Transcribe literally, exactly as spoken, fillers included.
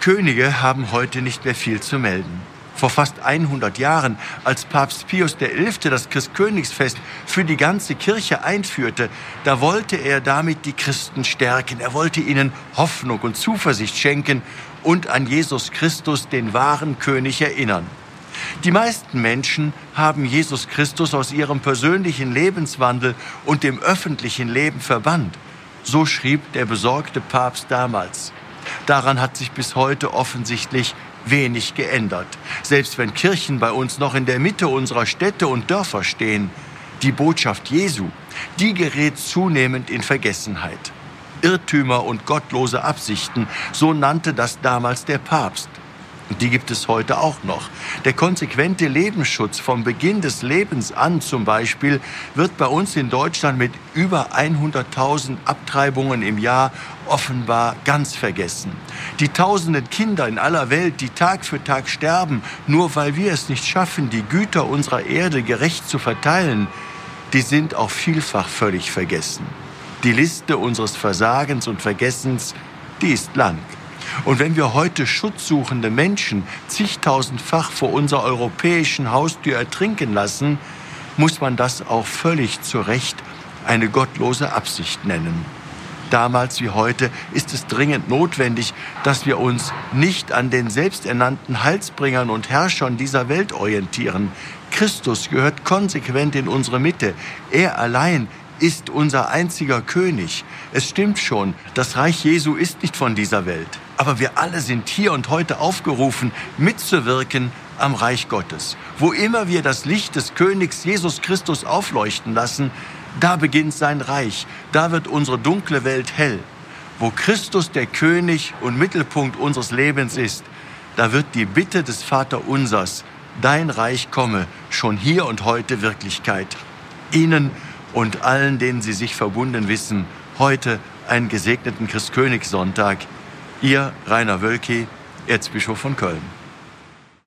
Könige haben heute nicht mehr viel zu melden. Vor fast hundert Jahren, als Papst Pius der Elfte das Christkönigsfest für die ganze Kirche einführte, da wollte er damit die Christen stärken. Er wollte ihnen Hoffnung und Zuversicht schenken und an Jesus Christus, den wahren König, erinnern. Die meisten Menschen haben Jesus Christus aus ihrem persönlichen Lebenswandel und dem öffentlichen Leben verbannt. So schrieb der besorgte Papst damals. Daran hat sich bis heute offensichtlich wenig geändert. Selbst wenn Kirchen bei uns noch in der Mitte unserer Städte und Dörfer stehen, die Botschaft Jesu, die gerät zunehmend in Vergessenheit. Irrtümer und gottlose Absichten, so nannte das damals der Papst. Und die gibt es heute auch noch. Der konsequente Lebensschutz vom Beginn des Lebens an zum Beispiel wird bei uns in Deutschland mit über hunderttausend Abtreibungen im Jahr offenbar ganz vergessen. Die tausenden Kinder in aller Welt, die Tag für Tag sterben, nur weil wir es nicht schaffen, die Güter unserer Erde gerecht zu verteilen, die sind auch vielfach völlig vergessen. Die Liste unseres Versagens und Vergessens, die ist lang. Und wenn wir heute schutzsuchende Menschen zigtausendfach vor unserer europäischen Haustür ertrinken lassen, muss man das auch völlig zu Recht eine gottlose Absicht nennen. Damals wie heute ist es dringend notwendig, dass wir uns nicht an den selbsternannten Heilsbringern und Herrschern dieser Welt orientieren. Christus gehört konsequent in unsere Mitte. Er allein ist unser einziger König. Es stimmt schon, das Reich Jesu ist nicht von dieser Welt. Aber wir alle sind hier und heute aufgerufen, mitzuwirken am Reich Gottes. Wo immer wir das Licht des Königs Jesus Christus aufleuchten lassen, da beginnt sein Reich. Da wird unsere dunkle Welt hell. Wo Christus der König und Mittelpunkt unseres Lebens ist, da wird die Bitte des Vaterunsers, dein Reich komme, schon hier und heute Wirklichkeit. Ihnen und allen, denen Sie sich verbunden wissen, heute einen gesegneten Christkönigssonntag. Ihr Rainer Wölki, Erzbischof von Köln.